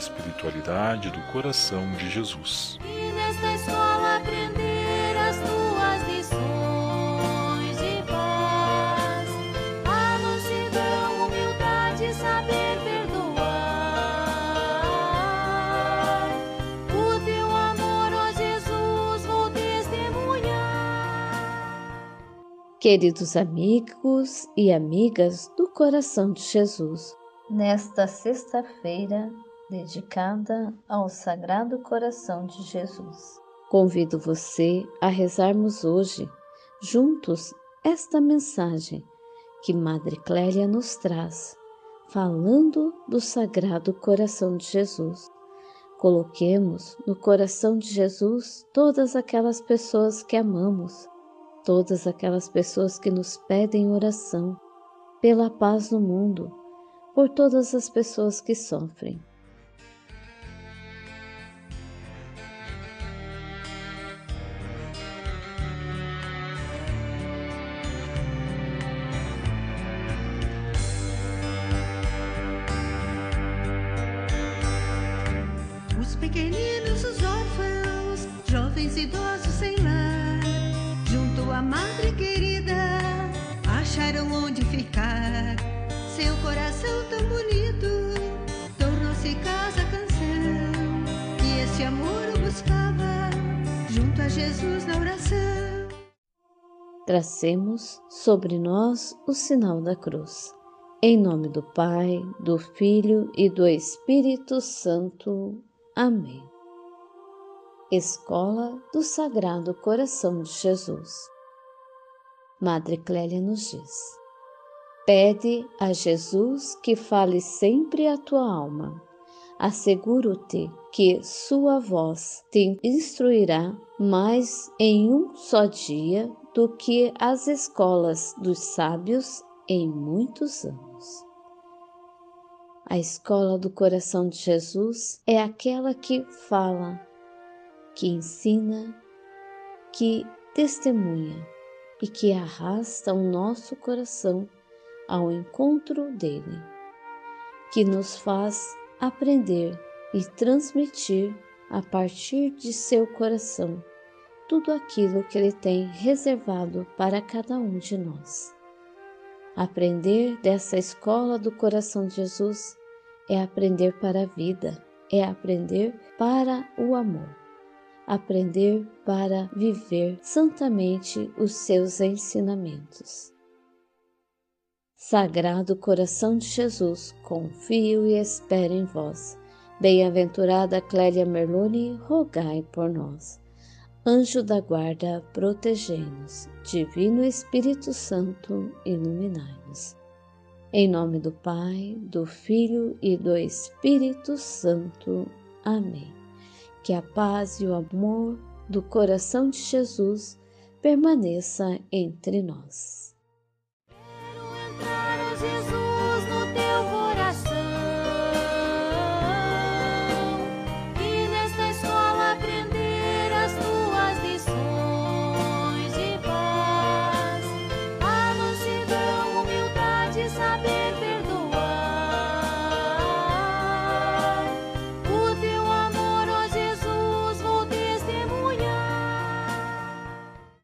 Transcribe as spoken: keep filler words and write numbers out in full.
espiritualidade do coração de Jesus. E nesta escola aprender as tuas lições de paz, a mansidão, humildade, saber perdoar. O teu amor, ó Jesus, vou testemunhar. Queridos amigos e amigas do coração de Jesus, nesta sexta-feira dedicada ao Sagrado Coração de Jesus, convido você a rezarmos hoje, juntos, esta mensagem que Madre Clélia nos traz, falando do Sagrado Coração de Jesus. Coloquemos no coração de Jesus todas aquelas pessoas que amamos, todas aquelas pessoas que nos pedem oração pela paz no mundo, por todas as pessoas que sofrem. Os pequeninos, os órfãos, jovens, idosos sem lar, junto à Madre querida, acharam onde ficar. Seu coração tão bonito tornou-se casa canção, e esse amor o buscava junto a Jesus na oração. Tracemos sobre nós o sinal da cruz. Em nome do Pai, do Filho e do Espírito Santo. Amém. Escola do Sagrado Coração de Jesus. Madre Clélia nos diz: pede a Jesus que fale sempre à tua alma. Asseguro-te que sua voz te instruirá mais em um só dia do que as escolas dos sábios em muitos anos. A escola do coração de Jesus é aquela que fala, que ensina, que testemunha e que arrasta o nosso coração ao encontro dele, que nos faz aprender e transmitir a partir de seu coração tudo aquilo que ele tem reservado para cada um de nós. Aprender dessa escola do coração de Jesus é aprender para a vida, é aprender para o amor, aprender para viver santamente os seus ensinamentos. Sagrado Coração de Jesus, confio e espero em vós. Bem-aventurada Clélia Merloni, rogai por nós. Anjo da guarda, protegei-nos. Divino Espírito Santo, iluminai-nos. Em nome do Pai, do Filho e do Espírito Santo. Amém. Que a paz e o amor do coração de Jesus permaneça entre nós.